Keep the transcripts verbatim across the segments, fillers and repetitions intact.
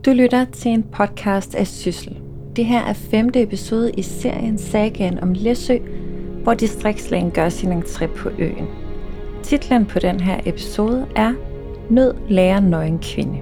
Du lytter til en podcast af Syssel. Det her er femte episode i serien Sagaen om Læsø, hvor distriktslægen gør sin entré på øen. Titlen på den her episode er Nød lærer nøgen kvinde.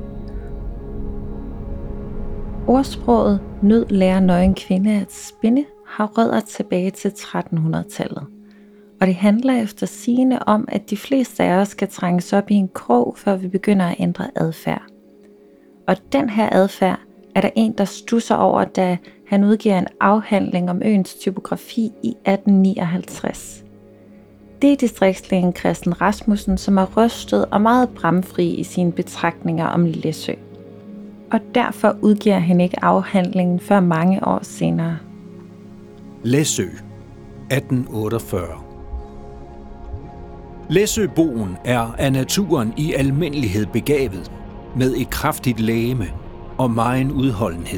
Ordsproget Nød lærer nøgen kvinde at spinde har rødder tilbage til tretten hundrede-tallet. Og det handler efter sigende om, at de fleste af os skal trænges op i en krog, før vi begynder at ændre adfærd. Og den her adfærd er der en, der stusser over, da han udgiver en afhandling om øens topografi i atten nioghalvtreds. Det er distriktslægen Christen Rasmussen, som er rystet og meget bramfri i sine betragtninger om Læsø. Og derfor udgiver han ikke afhandlingen før mange år senere. Læsø, atten otteogfyrre. Læsøboen er af naturen i almindelighed begavet, med et kraftigt legeme og megen udholdenhed.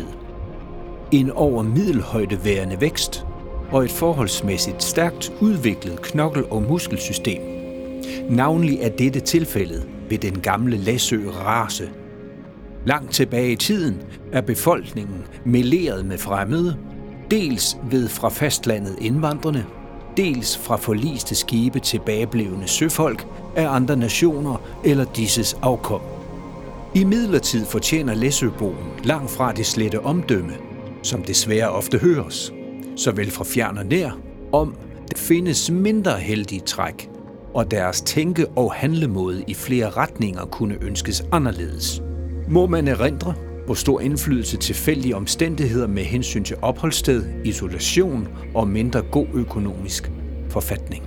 En over middelhøjdeværende vækst og et forholdsmæssigt stærkt udviklet knokkel- og muskelsystem. Navnlig er dette tilfældet ved den gamle Læsø-race. Langt tilbage i tiden er befolkningen meleret med fremmede, dels ved fra fastlandet indvandrerne, dels fra forliste skibe tilbageblevne søfolk af andre nationer eller disses afkom. I midlertid fortjener Læsøboen langt fra det slette omdømme, som desværre ofte høres, såvel fra fjern og nær, om der findes mindre heldige træk, og deres tænke- og handlemåde i flere retninger kunne ønskes anderledes. Må man erindre, hvor stor indflydelse tilfældige omstændigheder med hensyn til opholdssted, isolation og mindre god økonomisk forfatning.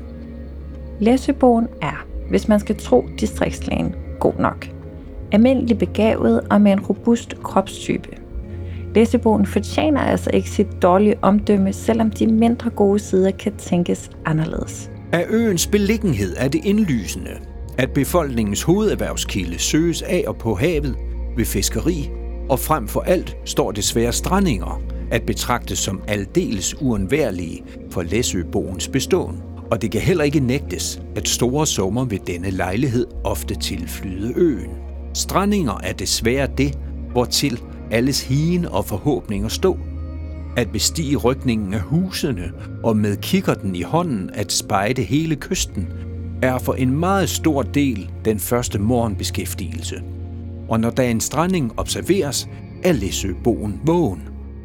Læsøboen er, hvis man skal tro distriktslægen, god nok. Almindelig begavet og med en robust kropstype. Læsøboen fortjener altså ikke sit dårlige omdømme, selvom de mindre gode sider kan tænkes anderledes. Af øens beliggenhed er det indlysende, at befolkningens hovederhvervskilde søges af og på havet ved fiskeri, og frem for alt står desværre strandinger at betragte som aldeles uundværlige for Læsøboens beståen. Og det kan heller ikke nægtes, at store summer ved denne lejlighed ofte tilflyde øen. Strandinger er desværre det, hvortil alles higen og forhåbninger stå. At bestige rykningen af husene og med kikkerten i hånden at spejde hele kysten, er for en meget stor del den første morgenbeskæftigelse. Og når der en stranding observeres, er Læsøboen vågen.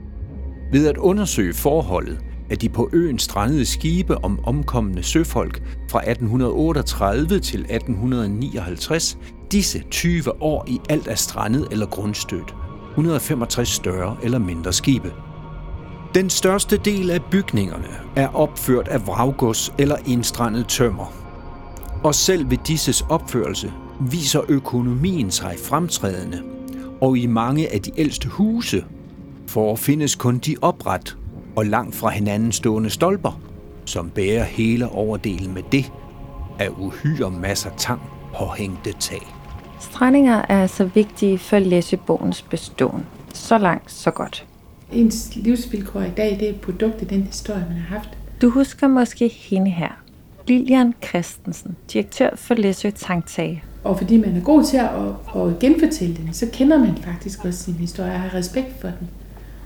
Ved at undersøge forholdet af de på øen strandede skibe om omkomne søfolk fra atten otteogtredive til atten nioghalvtreds, disse tyve år i alt er strandet eller grundstødt, et hundrede og femogtres større eller mindre skibe. Den største del af bygningerne er opført af vraggods eller indstrandet tømmer. Og selv ved disses opførelse viser økonomien sig fremtrædende, og i mange af de ældste huse forefindes kun de opret og langt fra hinanden stående stolper, som bærer hele overdelen med det af uhyre masser tang påhængte tag. Strandinger er altså vigtige for Læsøboens beståen. Så langt, så godt. Ens livsvilkår i dag, det er et produkt af den historie, man har haft. Du husker måske hende her. Lilian Christensen, direktør for Læsø Tanktage. Og fordi man er god til at, at genfortælle den, så kender man faktisk også sin historie og har respekt for den.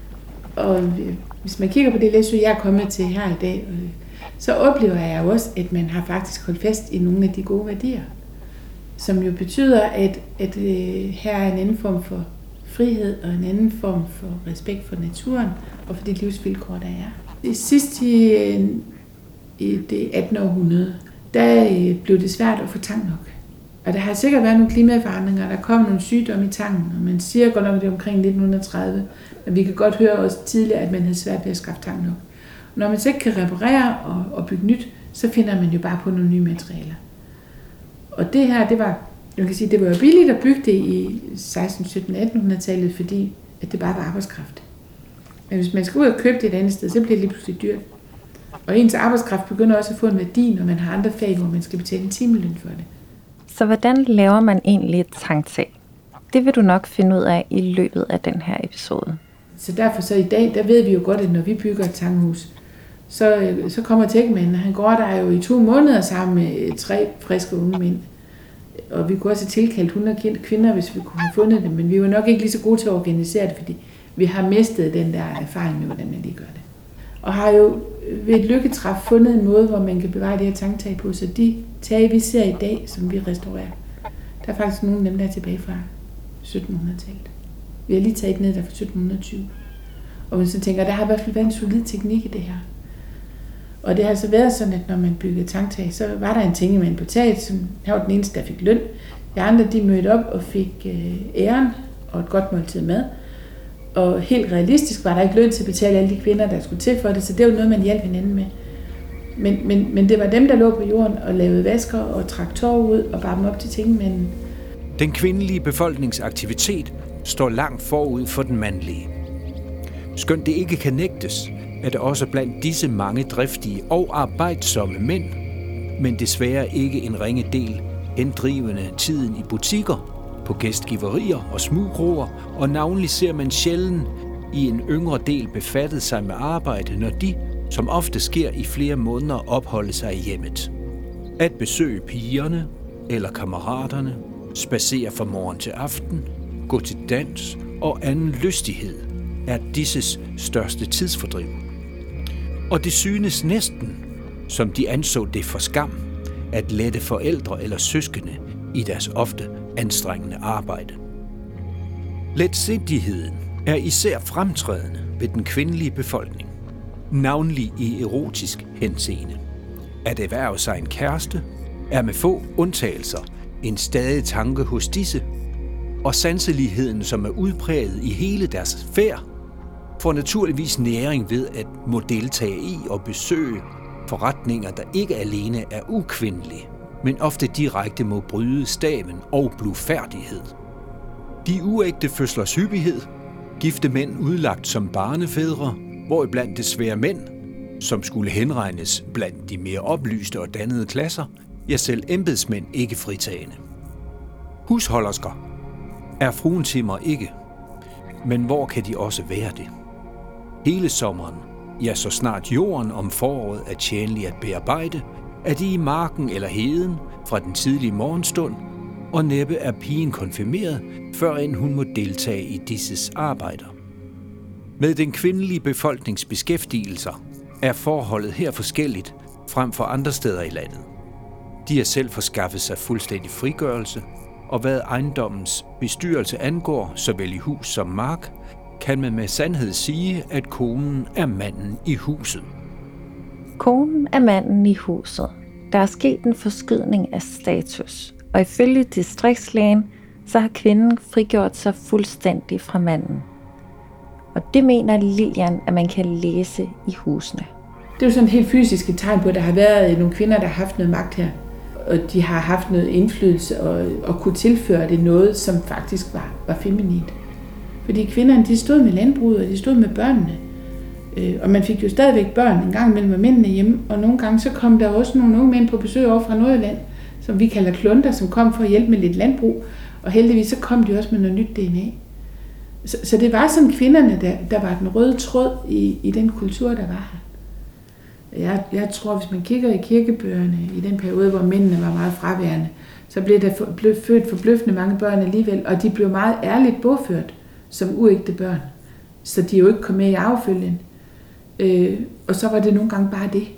Og hvis man kigger på det Læsø, jeg er kommet til her i dag, så oplever jeg jo også, at man har faktisk holdt fast i nogle af de gode værdier. Som jo betyder, at, at her er en anden form for frihed og en anden form for respekt for naturen og for det livsvilkår, der er. Sidst i, i det attende århundrede, der blev det svært at få tang nok. Og der har sikkert været nogle klimaforandringer, der kom nogle sygdomme i tangen, og man siger godt nok, at det er omkring nitten tredive, men vi kan godt høre også tidligere, at man havde svært ved at skaffe tang nok. Og når man så ikke kan reparere og, og bygge nyt, så finder man jo bare på nogle nye materialer. Og det her, det var, jeg kan sige, det var jo billigt at bygge det i seksten, sytten, attenhundrede-tallet, fordi at det bare var arbejdskraft. Men hvis man skal ud og købe det et andet sted, så bliver det lige pludselig dyrt. Og ens arbejdskraft begynder også at få en værdi, når man har andre fag, hvor man skal betale en timeløn for det. Så hvordan laver man egentlig et tanktag? Det vil du nok finde ud af i løbet af den her episode. Så derfor så i dag, der ved vi jo godt, at når vi bygger et tanghus, så, så kommer tækmanden, han går der jo i to måneder sammen med tre friske unge mænd. Og vi kunne også have tilkaldt hundrede kvinder, hvis vi kunne have fundet dem, men vi var nok ikke lige så gode til at organisere det, fordi vi har mistet den der erfaring med, hvordan man lige gør det. Og har jo ved et lykketræf fundet en måde, hvor man kan bevare det her tangtag på, så de tage, vi ser i dag, som vi restaurerer, der er faktisk nogle af dem, der er tilbage fra syttenhundredetallet. Vi har lige taget ned der fra sytten tyve. Og man så tænker, der har i hvert fald været en solid teknik i det her. Og det har altså været sådan, at når man byggede tangtag, så var der en ting med en på taget, som her var den eneste, der fik løn. De andre, de mødte op og fik øh, æren og et godt måltid mad. Og helt realistisk var der ikke løn til at betale alle de kvinder, der skulle til for det, så det var noget, man hjalp hinanden med. Men, men, men det var dem, der lå på jorden og lavede vasker og trak tår ud og bar dem op til tingmænden. Den kvindelige befolkningsaktivitet står langt forud for den mandlige. Skønt det ikke kan nægtes, er der også blandt disse mange driftige og arbejdsomme mænd, men desværre ikke en ringe del, hendrivende tiden i butikker, på gæstgiverier og smugkroer, og navnlig ser man sjælden i en yngre del befattet sig med arbejde, når de, som ofte sker i flere måneder, opholder sig i hjemmet. At besøge pigerne eller kammeraterne, spacere fra morgen til aften, gå til dans og anden lystighed, er disses største tidsfordriv. Og det synes næsten, som de anså det for skam, at lette forældre eller søskende i deres ofte anstrengende arbejde. Letsindigheden er især fremtrædende ved den kvindelige befolkning, navnlig i erotisk henseende. At erhverve sig en kæreste er med få undtagelser en stadig tanke hos disse, og sanseligheden, som er udpræget i hele deres færd, får naturligvis næring ved at må deltage i og besøge forretninger, der ikke alene er ukvindelige, men ofte direkte må bryde staven og blufærdighed. De uægte fødslers hyppighed, gifte mænd udlagt som barnefædre, hvoriblandt desværre mænd, som skulle henregnes blandt de mere oplyste og dannede klasser, ja selv embedsmænd ikke fritagende. Husholdersker er fruentimmer ikke, men hvor kan de også være det? Hele sommeren, ja så snart jorden om foråret er tjenlig at bearbejde, er de i marken eller heden fra den tidlige morgenstund, og næppe er pigen konfirmeret, før end hun må deltage i disses arbejder. Med den kvindelige befolknings beskæftigelser er forholdet her forskelligt frem for andre steder i landet. De har selv forskaffet sig fuldstændig frigørelse, og hvad ejendommens bestyrelse angår, såvel i hus som mark, kan man med sandhed sige, at konen er manden i huset. Konen er manden i huset. Der er sket en forskydning af status, og ifølge distriktslægen, så har kvinden frigjort sig fuldstændig fra manden. Og det mener Lilian, at man kan læse i husene. Det er jo sådan et helt fysisk tegn på, at der har været nogle kvinder, der har haft noget magt her. Og de har haft noget indflydelse og, og kunne tilføre det noget, som faktisk var, var feminint. Fordi kvinderne, de stod med landbruget, og de stod med børnene. Øh, og man fik jo stadigvæk børn en gang mellem mændene hjemme. Og nogle gange så kom der også nogle unge mænd på besøg over fra Nordjylland, som vi kalder klunter, som kom for at hjælpe med lidt landbrug. Og heldigvis så kom de også med noget nyt D N A. Så, så det var sådan kvinderne, der, der var den røde tråd i, i den kultur, der var her. Jeg, jeg tror, hvis man kigger i kirkebøgerne i den periode, hvor mændene var meget fraværende, så blev der blev født forbløffende mange børn alligevel, og de blev meget ærligt bogført som uægte børn. Så de jo ikke kom med i arvefølgen. Øh, og så var det nogle gange bare det.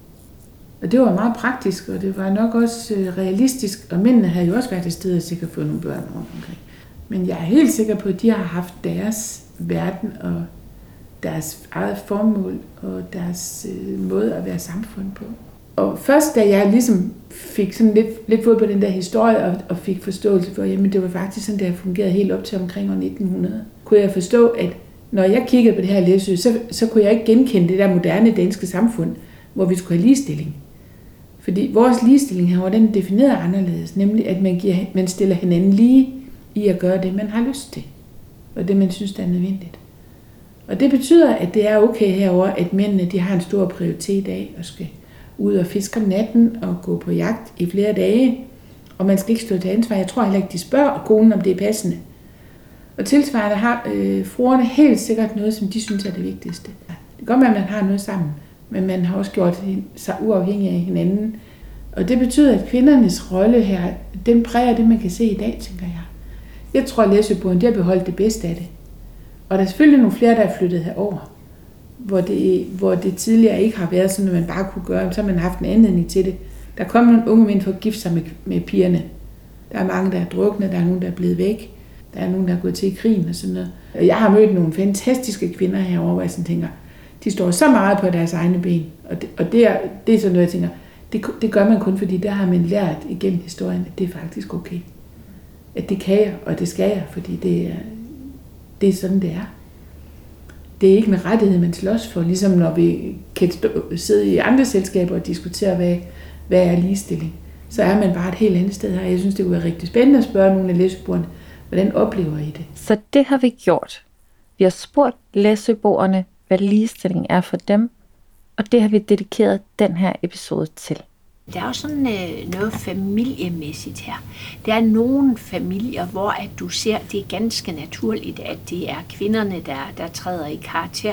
Og det var meget praktisk, og det var nok også realistisk, og mændene havde jo også været et sted at sikkert få nogle børn rundt omkring. Men jeg er helt sikker på, at de har haft deres verden og deres eget formål og deres øh, måde at være samfund på. Og først da jeg ligesom fik sådan lidt, lidt fod på den der historie og, og fik forståelse for, jamen det var faktisk sådan, det har fungeret helt op til omkring år nitten hundrede, kunne jeg forstå, at når jeg kiggede på det her Læsø, så, så kunne jeg ikke genkende det der moderne danske samfund, hvor vi skulle have ligestilling. Fordi vores ligestilling her var den defineret anderledes, nemlig at man, giver, man stiller hinanden lige i at gøre det, man har lyst til, og det, man synes, der er nødvendigt. Og det betyder, at det er okay herover, at mændene de har en stor prioritet af at skal ud og fiske om natten og gå på jagt i flere dage, og man skal ikke stå til ansvar. Jeg tror heller ikke, de spørger konen, om det er passende. Og tilsvarende har øh, fruerne helt sikkert noget, som de synes er det vigtigste. Det kan godt være, at man har noget sammen, men man har også gjort sig uafhængig af hinanden. Og det betyder, at kvindernes rolle her, den præger det, man kan se i dag, tænker jeg. Jeg tror, at Læsøboerne, de har beholdt det bedste af det. Og der er selvfølgelig nogle flere, der er flyttet herover, hvor det, hvor det tidligere ikke har været sådan, at man bare kunne gøre, så har man haft en anledning til det. Der kom nogle unge mænd for at gifte sig med, med pigerne. Der er mange, der er druknet, der er nogen, der er blevet væk. Der er nogen, der er gået til i krigen og sådan noget. Jeg har mødt nogle fantastiske kvinder herovre, hvor jeg sådan tænker, de står så meget på deres egne ben. Og det, og det, er, det er sådan noget, jeg tænker, det, det gør man kun, fordi der har man lært igennem historien, at det er faktisk okay. At det kan jeg, og det skal jeg, fordi det er, det er sådan, det er. Det er ikke en rettighed, man slås for, ligesom når vi kan stå, sidde i andre selskaber og diskutere, hvad, hvad er ligestilling. Så er man bare et helt andet sted her. Jeg synes, det kunne være rigtig spændende at spørge nogle af læsøboerne, hvordan oplever I det? Så det har vi gjort. Vi har spurgt læsøboerne, hvad ligestilling er for dem, og det har vi dedikeret den her episode til. Der er jo sådan øh, noget familiemæssigt her. Der er nogle familier, hvor at du ser, det er ganske naturligt, at det er kvinderne, der, der træder i karakter.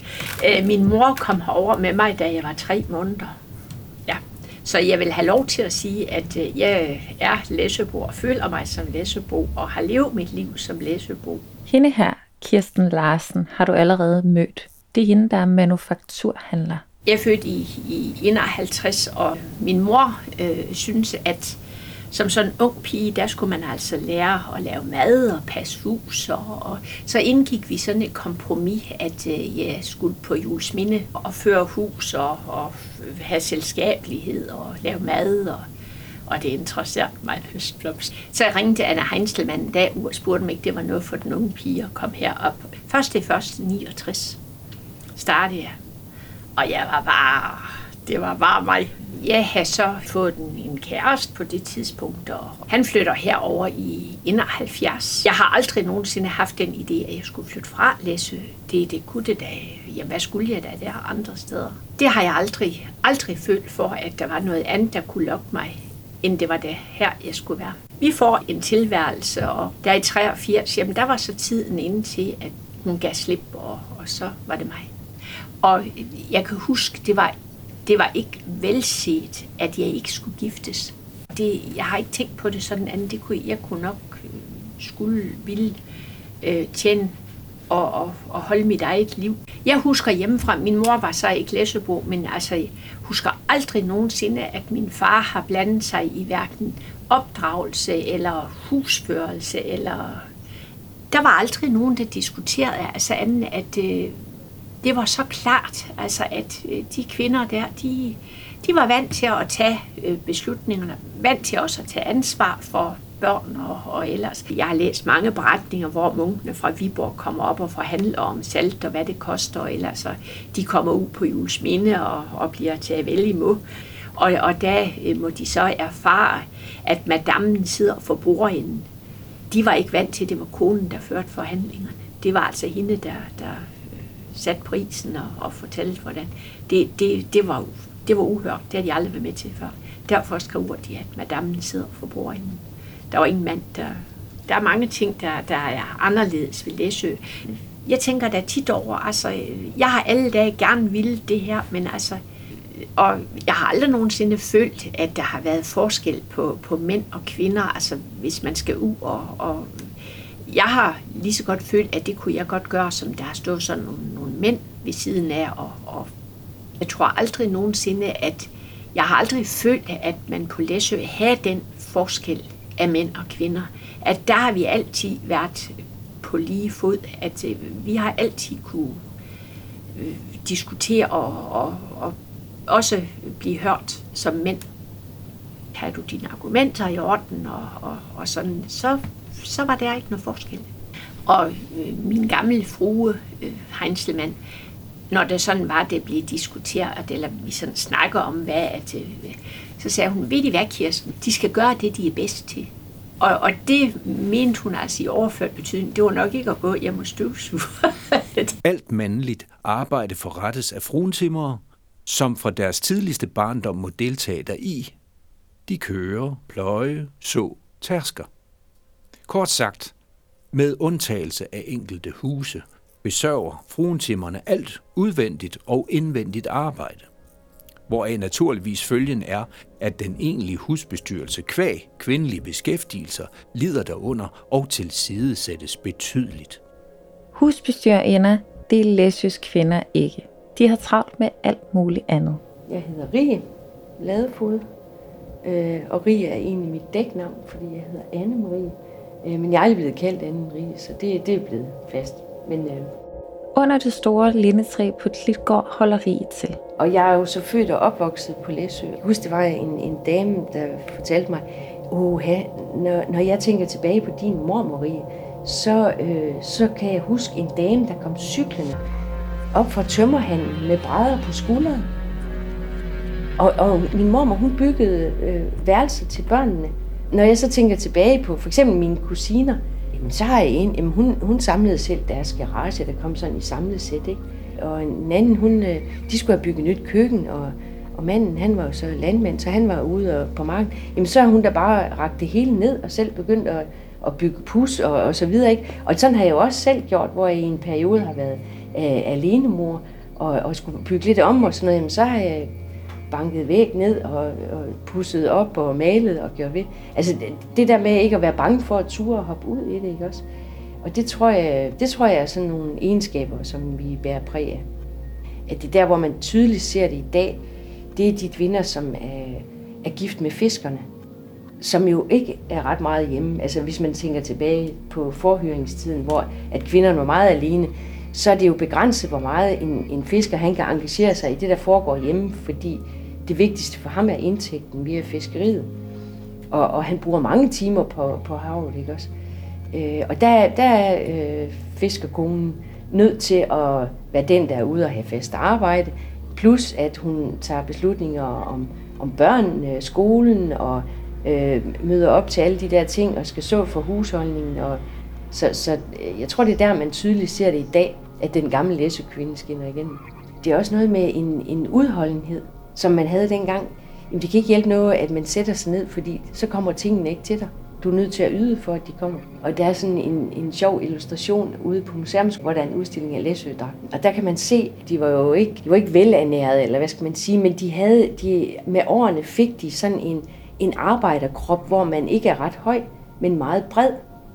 Øh, min mor kom herover med mig, da jeg var tre måneder. Ja. Så jeg vil have lov til at sige, at øh, jeg er læsøbo og føler mig som læsøbo og har levet mit liv som læsøbo. Hende her, Kirsten Larsen, har du allerede mødt. Det er hende, der er manufakturhandler. Jeg er født i, i enoghalvtreds, og min mor øh, synes, at som sådan en ung pige, der skulle man altså lære at lave mad og passe hus. Og, og så indgik vi sådan et kompromis, at øh, jeg skulle på Juelsminde og føre hus og, og have selskabelighed og lave mad. Og, og det interesserede mig høstblomst. Så jeg ringte Anna Heinzelmann en dag og spurgte mig, ikke det var noget for den unge pige at komme herop. Først i første niogtres startede jeg. Og jeg var bare, det var bare mig. Jeg havde så fået en, en kæreste på det tidspunkt, og han flytter herover i enoghalvfjerds. Jeg har aldrig nogensinde haft den idé, at jeg skulle flytte fra Læsø. Det, det kunne det da. Jamen, hvad skulle jeg da der andre steder? Det har jeg aldrig, aldrig følt for, at der var noget andet, der kunne lokke mig, end det var det her, jeg skulle være. Vi får en tilværelse, og der i treogfirs, jamen der var så tiden inde til, at hun gav slip, og, og så var det mig. Og jeg kan huske, det var, det var ikke velset, at jeg ikke skulle giftes. Det, jeg har ikke tænkt på det sådan andet. Det kunne, jeg kunne nok skulle, ville øh, tjene og, og, og holde mit eget liv. Jeg husker hjemmefra, min mor var så ikke læsøbo, men altså, jeg husker aldrig nogensinde, at min far har blandet sig i hverken opdragelse eller husførelse. Eller der var aldrig nogen, der diskuterede altså andet, at øh, det var så klart, altså, at de kvinder der, de, de var vant til at tage beslutningerne, vant til også at tage ansvar for børn og, og ellers. Jeg har læst mange beretninger, hvor munkene fra Viborg kommer op og forhandler om salt og hvad det koster, og ellers så de kommer ud på Juelsminde og, og bliver taget vel imod. Og, og der må de så erfare, at madammen sidder for bordenden. De var ikke vant til, at det var konen, der førte forhandlingerne. Det var altså hende, der... der sat prisen og, og fortalte, hvordan. Det, det, det, var, det var uhørt. Det havde de aldrig været med til før. Derfor skriver de, at madammen sidder for bordenden. Der var ingen mand, der... Der er mange ting, der, der er anderledes ved Læsø. Jeg tænker da tit over, altså, jeg har alle dage gerne ville det her, men altså, og jeg har aldrig nogensinde følt, at der har været forskel på, på mænd og kvinder, altså, hvis man skal ud og, og jeg har lige så godt følt, at det kunne jeg godt gøre, som der har stået sådan nogle, nogle mænd ved siden af. Og, og jeg tror aldrig nogensinde, at jeg har aldrig følt, at man på Læsø havde den forskel af mænd og kvinder. At der har vi altid været på lige fod. At vi har altid kunne øh, diskutere og, og, og også blive hørt som mænd. Har du dine argumenter i orden og, og, og sådan, så så var der ikke noget forskel. Og øh, min gamle frue, øh, Heinzelmann, når det sådan var, det blev diskuteret, eller vi sådan snakker om, hvad at, øh, så sagde hun, ved I hvad, Kirsten, de skal gøre det, de er bedst til. Og, og det mente hun altså i overført betydning. Det var nok ikke at gå hjem og støvsuge. Alt mandligt arbejde forrettes af fruentimmere, som fra deres tidligste barndom må deltage deri. De kører, pløje, så, tærsker. Kort sagt, med undtagelse af enkelte huse, besørger fruentimmerne alt udvendigt og indvendigt arbejde. hvoraf naturligvis følgen er, at den egentlige husbestyrelse kvæg kvindelige beskæftigelser lider derunder og tilsidesættes betydeligt. Husbestyrerinder, det er Læsøs kvinder ikke. De har travlt med alt muligt andet. Jeg hedder Rie Ladefod, øh, og Rie er egentlig mit dæknavn, fordi jeg hedder Anne-Marie. Øh, men jeg er aldrig blevet kaldt Anne-Marie, så det, det er blevet fast. Men, øh, Under det store lindetræ på Klitgård holder Rie til. Og jeg er jo så født og opvokset på Læsø. Jeg husker, det var en, en dame, der fortalte mig, oha, når, når jeg tænker tilbage på din mormor, Rie, så, øh, så kan jeg huske en dame, der kom cyklende op fra tømmerhandlen med brædder på skulderen. Og, og min mormor, hun byggede øh, værelser til børnene. Når jeg så tænker tilbage på for eksempel mine kusiner, jamen, så har jeg en, jamen, hun, hun samlede selv deres garage, der kom sådan i samlet sæt, ikke? Og en anden, hun, de skulle have bygget nyt køkken, og, og manden, han var jo så landmand, så han var ude og på marken. Jamen, så har hun da bare rakt det hele ned, og selv begyndt at, at bygge pus og, og så videre, ikke? Og sådan har jeg jo også selv gjort, hvor jeg i en periode har været øh, alenemor, og, og skulle bygge lidt om og sådan noget, jamen, så har jeg banket væg ned og, og pusset op og malet og gjort ved. Altså det, det der med ikke at være bange for at ture og hoppe ud i det, ikke også? Og det tror jeg, det tror jeg er sådan nogle egenskaber, som vi bærer præg af. At det der, hvor man tydeligt ser det i dag, det er de kvinder, som er, er gift med fiskerne, som jo ikke er ret meget hjemme. Altså hvis man tænker tilbage på forhøringstiden, hvor at kvinderne var meget alene, så er det jo begrænset, hvor meget en, en fisker han kan engagere sig i det, der foregår hjemme, fordi det vigtigste for ham er indtægten via fiskeriet. Og, og han bruger mange timer på, på havet, ikke også? Øh, og der, der er øh, fiskerkonen nødt til at være den, der er ude og have fast arbejde, plus at hun tager beslutninger om, om børnene, skolen, og øh, møder op til alle de der ting, og skal så for husholdningen. Og, så, så jeg tror, det er der, man tydeligt ser det i dag, at den gamle læsøkvinde skinner igennem. Det er også noget med en, en udholdenhed, som man havde dengang. Jamen, det kan ikke hjælpe noget, at man sætter sig ned, fordi så kommer tingene ikke til dig. Du er nødt til at yde for, at de kommer. Og der er sådan en, en sjov illustration ude på museum, hvor der er en udstilling af læsødragten. Og der kan man se, at de var jo ikke, de var ikke velernærede, eller hvad skal man sige, men de havde, de, med årene fik de sådan en, en arbejderkrop, hvor man ikke er ret høj, men meget bred.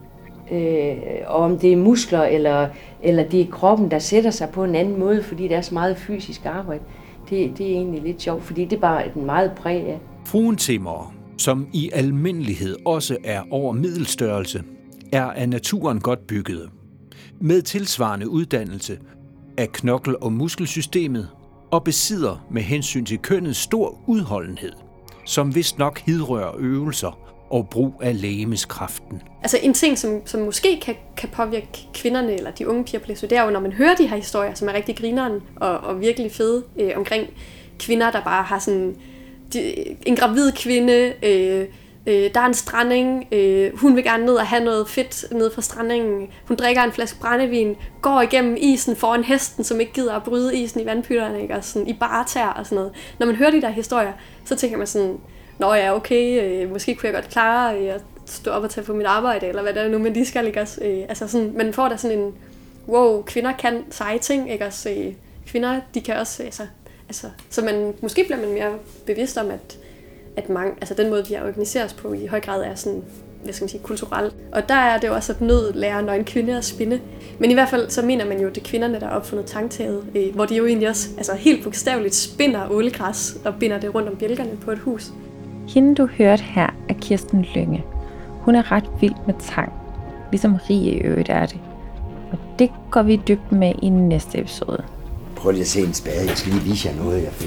Øh, og om det er muskler, eller, eller det er kroppen, der sætter sig på en anden måde, fordi det er så meget fysisk arbejde, det, det er egentlig lidt sjovt, fordi det er bare et meget præg af. Fruentimmere, som i almindelighed også er over middelstørrelse, er af naturen godt bygget. Med tilsvarende uddannelse af knokkel- og muskelsystemet, og besidder med hensyn til kønnet stor udholdenhed, som vist nok hidrører øvelser og brug af legemskraften. Altså en ting, som, som måske kan, kan påvirke kvinderne eller de unge piger på Læsø, det er jo, når man hører de her historier, som er rigtig grineren og, og virkelig fede, øh, omkring kvinder, der bare har sådan de, en gravid kvinde, øh, øh, der er en stranding, øh, hun vil gerne ned og have noget fedt ned fra strandingen, hun drikker en flaske brændevin, går igennem isen foran hesten, som ikke gider at bryde isen i vandpytterne, ikke? Og sådan, i bare tær og sådan noget. Når man hører de der historier, så tænker man sådan, nå ja, okay, øh, måske kunne jeg godt klare øh, at stå op og tage på mit arbejde, eller hvad det er nu, men de skal ikke også. Øh, altså sådan, man får da sådan en, wow, kvinder kan seje ting, ikke også? Øh, kvinder, de kan også, altså, altså, så man, måske bliver man mere bevidst om, at, at mange, altså den måde, vi organiserer os på, i høj grad er sådan, hvad skal man sige, kulturel. Og der er det jo også, at nød lærer nøgen kvinde at spinde. Men i hvert fald, så mener man jo, at det er kvinderne, der har opfundet tangtaget, øh, hvor de jo egentlig også altså, helt bogstaveligt spinder ålegræs og binder det rundt om bjælkerne på et hus. Hende du hørte her er Kirsten Lynge. Hun er ret vild med tang, ligesom Rie i øvrigt er det. Og det går vi dybt med i næste episode. Prøv lige at se en spade. Jeg skal lige vise jer noget, jeg fik.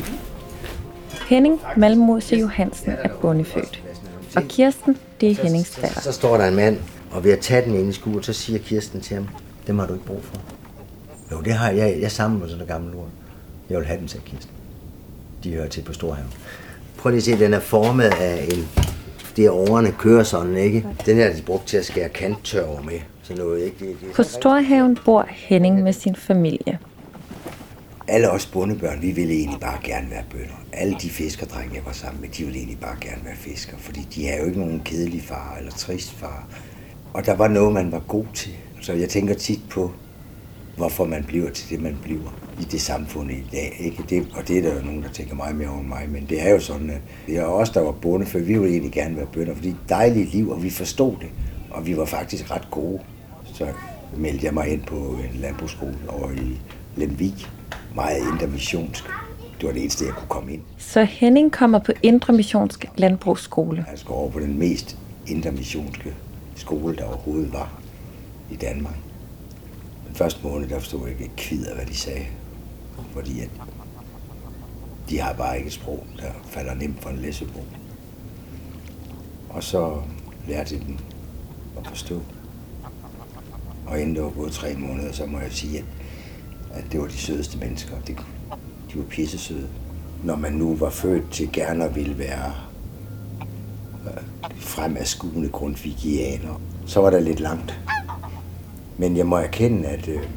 Henning Malmose Johansen er bondefødt. Og Kirsten, det er Hennings datter. Så står der en mand, og ved at tage den ind i skuret, så siger Kirsten til ham, dem har du ikke brug for. Jo, det har jeg. Jeg samler med sådan en gammel ord. Jeg vil have dem, sagde Kirsten. De hører til på Storhaven. Prøv lige at se, den er formet af en... Det er årene kører sådan, ikke? Den her er de brugt til at skære kanttørver med. Sådan noget, ikke? Det, det på Storhaven bor Henning med sin familie. Alle os bondebørn, vi ville egentlig bare gerne være bønder. Alle de fiskerdrenge, jeg var sammen med, de ville egentlig bare gerne være fiskere. Fordi de har jo ikke nogen kedelig far eller trist far. Og der var noget, man var god til. Så jeg tænker tit på, hvorfor man bliver til det, man bliver. i det samfund i dag. Ikke? Det, og det er der jo nogen, der tænker meget mere over mig, men det er jo sådan, at det er os, der var bonde, for vi ville egentlig gerne være bønder, fordi dejligt liv, og vi forstod det, og vi var faktisk ret gode. Så meldte jeg mig ind på en landbrugsskole over i Lemvig, meget intermissionsk. Det var det eneste, jeg kunne komme ind. Så Henning kommer på Indre Missionsk Landbrugsskole. Jeg skal over på den mest intermissionske skole, der overhovedet var i Danmark. Den første måned, der forstod jeg ikke et kvid af, hvad de sagde. Fordi at de har bare ikke et sprog, der falder nemt for en læsebog. Og så lærte jeg dem at forstå. Og inden det var gået tre måneder, så må jeg sige, at, at det var de sødeste mennesker. De, de var pissesøde. Når man nu var født til gerne at ville være øh, fremadskuende grundtvigianer, så var der lidt langt. Men jeg må erkende, at, øh,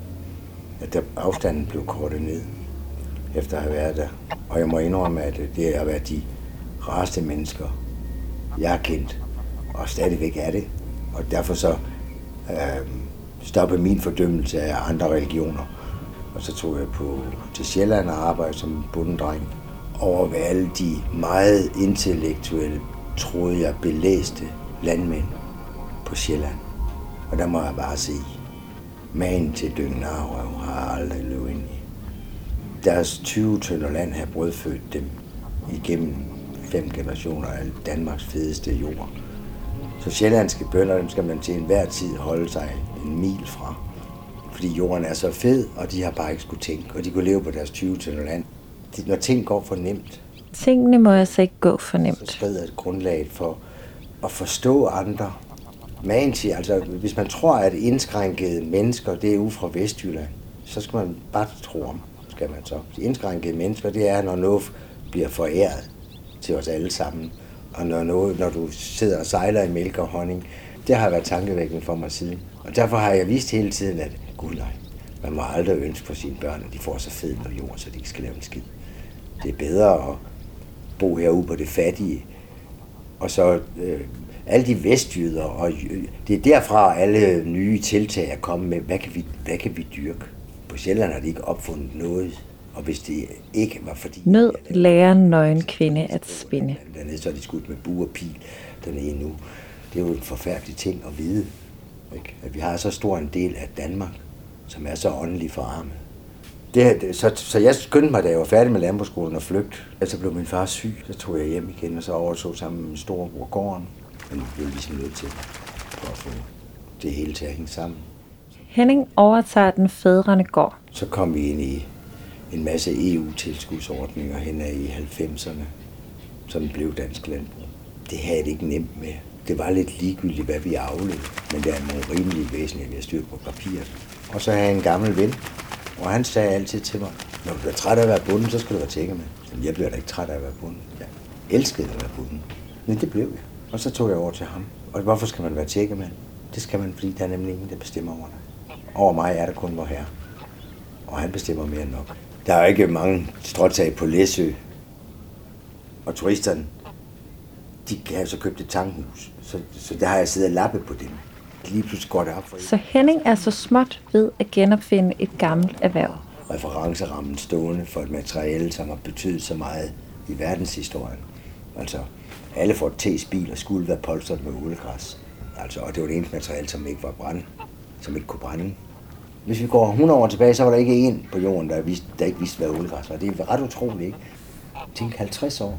at der afstanden blev kortet ned, efter at have været der. Og jeg må indrømme, at det har været de rareste mennesker, jeg har kendt, og stadigvæk er det. Og derfor så øh, stoppede min fordømmelse af andre religioner. Og så tog jeg på til Sjælland og arbejdede som bondedreng. Over ved alle de meget intellektuelle, troede jeg, belæste landmænd på Sjælland. Og der må jeg bare sige, magen til dyngenarrøv har jeg aldrig løbet ind i. Deres tyve tønder land har brødfødt dem igennem fem generationer af Danmarks fedeste jord. Så sjællandske bønder, dem skal man til enhver tid holde sig en mil fra. Fordi jorden er så fed, og de har bare ikke skulle tænke, og de kunne leve på deres tyve tønder land. Når ting går for nemt, Tingene må altså ikke gå for nemt. så skrider et grundlag for at forstå andre. Man siger, altså, hvis man tror, at indskrænkede mennesker, det er ude fra Vestjylland, så skal man bare tro om, skal man så. De indskrænkede mennesker, det er, når noget bliver foræret til os alle sammen. Og når, noget, når du sidder og sejler i mælk og honning, det har været tankevækkende for mig siden. Og derfor har jeg vist hele tiden, at gud nej, man må aldrig ønske for sine børn, at de får så fed noget jord, så de ikke skal lave en skid. Det er bedre at bo herude på det fattige, og så øh, alle de vestjyder, og det er derfra alle nye tiltag er kommet med, hvad kan vi, hvad kan vi dyrke? På Sjælland har de ikke opfundet noget, og hvis det ikke var fordi... Nød lærer en nøgen kvinde at spinde. Dernede så er de skudt med bue og pil dernede nu. Det er jo en forfærdelig ting at vide, ikke? At vi har så stor en del af Danmark, som er så åndelig forarmet. Det, så, så jeg skyndte mig, da jeg var færdig med landbrugsskolen og flygte. Så blev min far syg, så tog jeg hjem igen, og så overtog sammen med min storebror gården. Men vi blev ligesom nødt til for at få det hele til at hænge sammen. Henning overtager den fædrene gård. Så kom vi ind i en masse E U-tilskudsordninger hen i halvfemserne, som blev dansk landbrug. Det havde jeg det ikke nemt med. Det var lidt ligegyldigt, hvad vi avlede, men det er nogle rimelige væsener, vi har styrt på papiret. Og så havde jeg en gammel ven, og han sagde altid til mig, når du bliver træt af at være bunden, så skal du være tækkemand. Jeg bliver da ikke træt af at være bunden. Jeg elskede at være bunden. Men det blev jeg. Og så tog jeg over til ham. Og hvorfor skal man være tækkemand? Det skal man, fordi der er nemlig ingen, der bestemmer over dig. Over mig er der kun vor herre. Og han bestemmer mere end nok. Der er ikke mange stråtag på Læsø. Og turisterne, de kan jo så købe et tankhus. Så, så der har jeg siddet og lappet på dem. Lige pludselig går det op for Så Henning er så småt ved at genopfinde et gammelt erhverv. Referencerammen stående for et materiale, som har betydet så meget i verdenshistorien. Altså, alle får T's biler skulle være polstret med uldgræs. Altså, og det var det eneste materiale, som ikke var brændt, som ikke kunne brænde. Hvis vi går hundrede år tilbage, så var der ikke en på jorden, der, vidste, der ikke vidste, hvad uldgræs var. Det er ret utroligt, ikke? Tænk halvtreds år.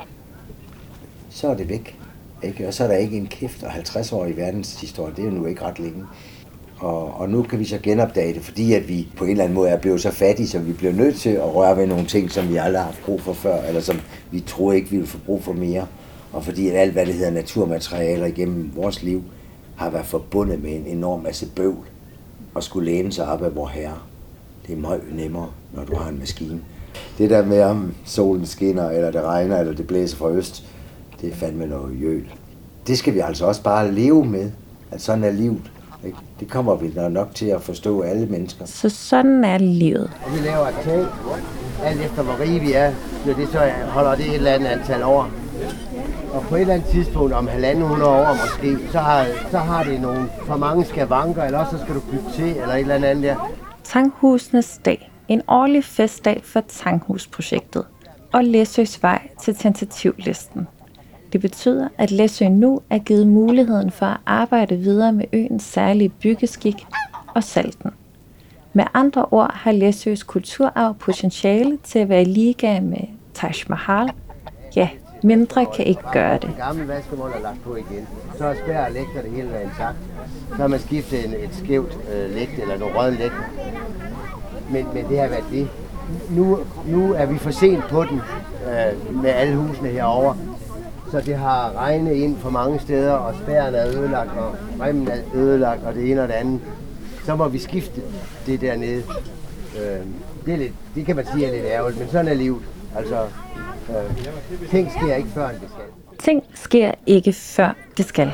Så er det væk. Ikke? Og så er der ikke en kæft, og halvtreds år i verdenshistorien, det er jo nu ikke ret længe. Og, og nu kan vi så genopdage det, fordi at vi på en eller anden måde er blevet så fattige, så vi bliver nødt til at røre ved nogle ting, som vi aldrig har haft brug for før, eller som vi troede ikke, vi ville få brug for mere. Og fordi at alt, hvad det hedder naturmaterialer igennem vores liv, har været forbundet med en enorm masse bøvl, og skulle læne sig op af vor herre. Det er meget nemmere, når du har en maskine. Det der med, om solen skinner, eller det regner, eller det blæser fra øst, det er fandme noget jøl. Det skal vi altså også bare leve med, at sådan er livet. Ikke? Det kommer vi nok til at forstå alle mennesker. Så sådan er livet. Og vi laver et tag, alt efter hvor rige vi er, så det så holder det et eller andet antal år. Og på et eller andet tidspunkt, om halvanden hundrede år måske, så har, så har det nogle for mange skavanker, eller også så skal du bygge til, eller et eller andet der. Tanghusenes dag. En årlig festdag for Tanghusprojektet og Læsøs vej til tentativlisten. Det betyder, at Læsø nu er givet muligheden for at arbejde videre med øens særlige byggeskik og salten. Med andre ord har Læsøs kulturarv potentiale til at være i liga med Taj Mahal. Ja, mindre kan ikke gøre det. Gamle vaskemål er lagt på igen. Så er spær og lægter det hele været intakt. Så har man skiftet en, et skævt øh, lægt eller nogle røde lægter. Men, men det har været det. Nu, nu er vi for sent på den øh, med alle husene herovre. Så det har regnet ind for mange steder, og spærren er ødelagt, og remmen er ødelagt, og det ene og det andet. Så må vi skifte det dernede. Øh, det, er lidt, det kan man sige er lidt ærgerligt, men sådan er livet. Altså, øh, ting sker ikke før, det skal. Ting sker ikke før det skal.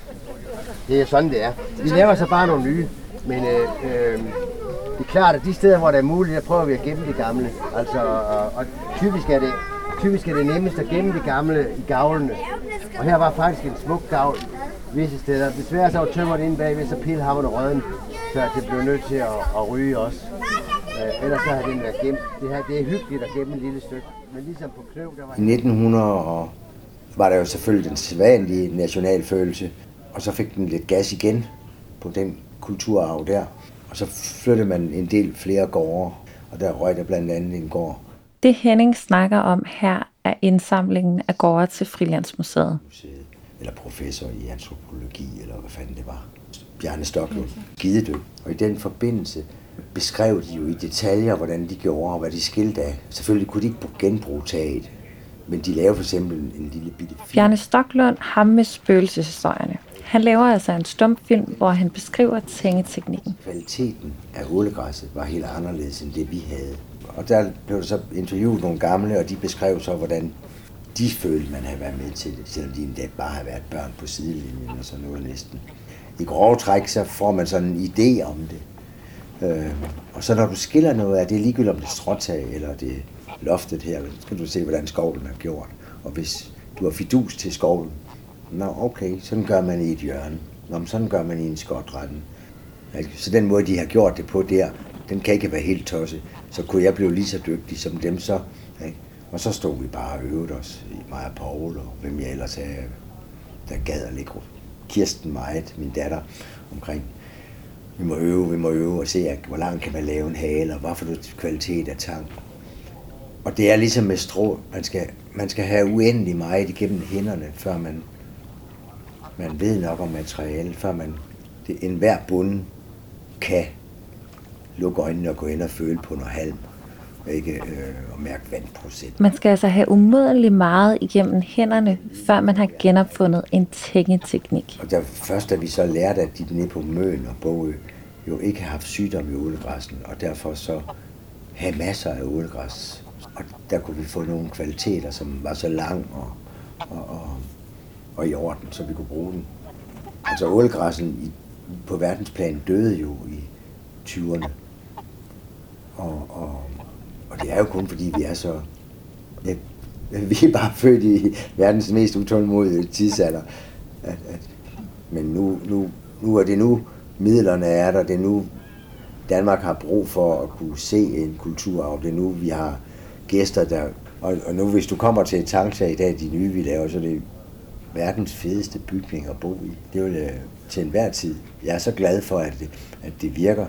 Det er sådan, det er. Vi laver så bare nogle nye, men øh, øh, det er klart, at de steder, hvor det er muligt, der prøver vi at gemme det gamle. Altså, og, og typisk er det Typisk er det nemmest at gemme det gamle i gavlene. Og her var faktisk en smuk gavl visse steder. Desværre så var tømmeret inde bagved, så pilhammerne røden, så det blev nødt til at, at ryge også. Uh, ellers så har den været gemt. Det, her, det er hyggeligt at gemme et lille stykke. Men ligesom på Kløv, der var... I nitten hundrede var der jo selvfølgelig den sædvanlige nationalfølelse, og så fik den lidt gas igen på den kulturarv der. Og så flyttede man en del flere gårde, og der røg der blandt andet en gård. Det Henning snakker om her er indsamlingen af gårde til Frilandsmuseet. Eller professor i antropologi, eller hvad fanden det var. Bjarne Stoklund. Skidedød. Og i den forbindelse beskrev de jo i detaljer, hvordan de gjorde og hvad de skilte af. Selvfølgelig kunne de ikke genbruge taget, men de lavede for eksempel en lille bitte film. Bjarne Stoklund, ham med spøgelseshistorierne. Han laver altså en stumfilm, hvor han beskriver tængeteknikken. Kvaliteten af ålegræsset var helt anderledes end det, vi havde. Og der blev der så interviewet nogle gamle, og de beskrev så, hvordan de følte, man havde været med til det, selvom de endda bare havde været børn på sidelinjen og sådan noget næsten. I grove træk, så får man sådan en idé om det. Øh, og så når du skiller noget af det, ligegyldigt om det er stråtag eller det loftet her, så skal du se, hvordan skovlen er gjort. Og hvis du har fidus til skovlen, nå okay, sådan gør man i et hjørne. Nå, men sådan gør man i en skotretten. Så den måde, de har gjort det på der, den kan ikke være helt tosset. Så kunne jeg blive lige så dygtig som dem så. Ikke? Og så stod vi bare og øvede os i mig og Paul, og hvem jeg ellers havde, der gad at ligge. Kirsten meget, min datter, omkring. Vi må øve, vi må øve og se, hvor langt kan man lave en hale, og hvad for kvalitet af tang. Og det er ligesom med strå. Man skal, man skal have uendelig meget igennem hænderne, før man, man ved nok om materialet, før man det, enhver bunde kan lukke øjnene og gå ind og føle på noget halm, ikke, øh, og mærke vandprocent. Man skal altså have umådelig meget igennem hænderne, før man har genopfundet en tængeteknik. Og der, først da vi så lærte, at de nede på Møn og Bogø jo ikke har haft sygdom i ålegræssen, og derfor så have masser af ålegræs. Og der kunne vi få nogle kvaliteter, som var så lang og, og, og, og i orden, så vi kunne bruge den. Altså ålegræssen i, på verdensplan døde jo i tyverne. Og, og, og det er jo kun fordi vi er så... Ja, vi er bare født i verdens mest utålmodige tidsalder. At, at, men nu, nu, nu er det nu, midlerne er der, det er nu Danmark har brug for at kunne se en kulturarv. Det er nu, vi har gæster der... Og, og nu hvis du kommer til Tangsha i dag, de nye vi laver, så er det verdens fedeste bygning at bo i. Det er jo uh, til enhver tid. Jeg er så glad for, at det, at det virker.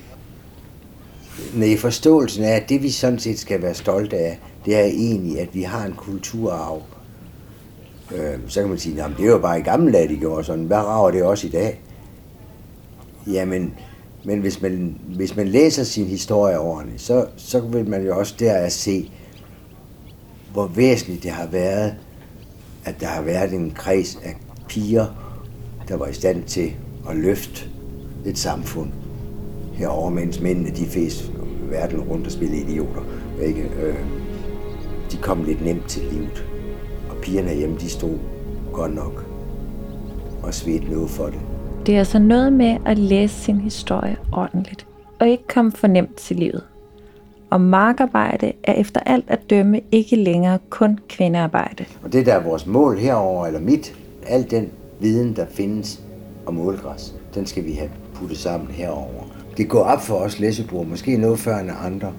Nej, forståelsen af, at det vi sådan set skal være stolte af, det er egentlig, at vi har en kulturarv. Øh, så kan man sige, at det er jo bare i gamle dage, de gjorde sådan. Hvad rager det også i dag? Jamen, men hvis man, hvis man læser sin historie ordentligt, så, så vil man jo også der at se, hvor væsentligt det har været, at der har været en kreds af piger, der var i stand til at løfte et samfund herover, mens mændene de fæs verden rundt og spillede idioter. Ikke? Øh, de kom lidt nemt til livet. Og pigerne hjemme, de stod godt nok og svedte noget for det. Det er altså noget med at læse sin historie ordentligt, og ikke komme for nemt til livet. Og markarbejde er efter alt at dømme ikke længere kun kvindearbejde. Og det der er vores mål herover eller mit, al den viden, der findes om ålegræs, den skal vi have puttet sammen herover. Det går op for os læsebruger, måske noget før end andre,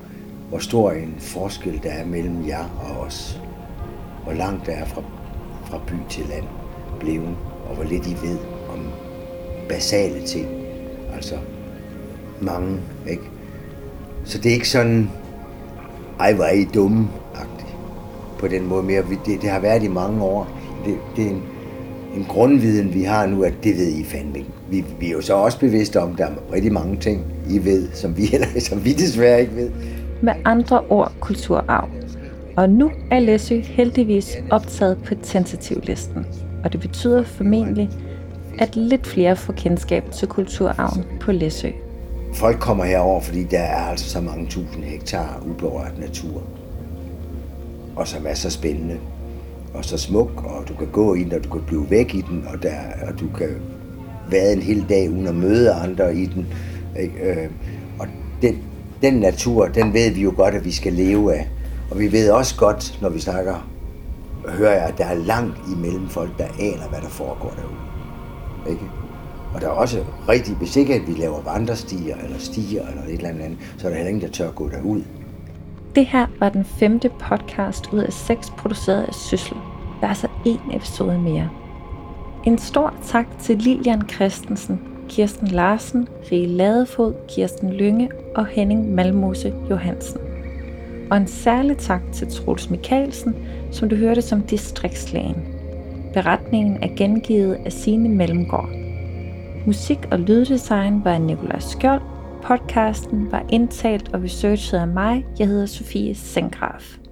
hvor stor en forskel der er mellem jer og os. Hvor langt der er fra, fra by til land blevet, og hvor lidt I ved om basale ting. Altså mange, ikke? Så det er ikke sådan, ej, hvor er I dumme-agtigt. På den måde mere. Det, det har været i mange år. Det, det er en, en grundviden, vi har nu, at det ved I fandme ikke. Vi, vi er jo så også bevidste om, at der er rigtig mange ting, I ved, som vi, eller, som vi desværre ikke ved. Med andre ord kulturarv. Og nu er Læsø heldigvis optaget på tentativlisten. Og det betyder formentlig, at lidt flere får kendskab til kulturarven på Læsø. Folk kommer herover, fordi der er altså så mange tusind hektar uberørt natur. Og som er så spændende. Og så smuk, og du kan gå i den, og du kan blive væk i den, og, der, og du kan være en hel dag uden at møde andre i den. Ikke? Og den, den natur, den ved vi jo godt, at vi skal leve af. Og vi ved også godt, når vi snakker, hører jeg, at der er langt imellem folk, der aner, hvad der foregår derude. Ikke? Og der er også rigtig, hvis ikke at vi laver vandrestier, eller stier, eller et eller andet, så er der heller ingen, der tør gå derud. Det her var den femte podcast ud af seks produceret af Syssel. Der er altså én episode mere. En stor tak til Lilian Christensen, Kirsten Larsen, Rie Ladefod, Kirsten Lynge og Henning Malmose Johansen. Og en særlig tak til Troels Michaelsen, som du hørte som distriktslægen. Beretningen er gengivet af Signe Mellemgaard. Musik og lyddesign var af Nikolaj Skjold. Podcasten var indtalt og researchet af mig. Jeg hedder Sofie Sengraf.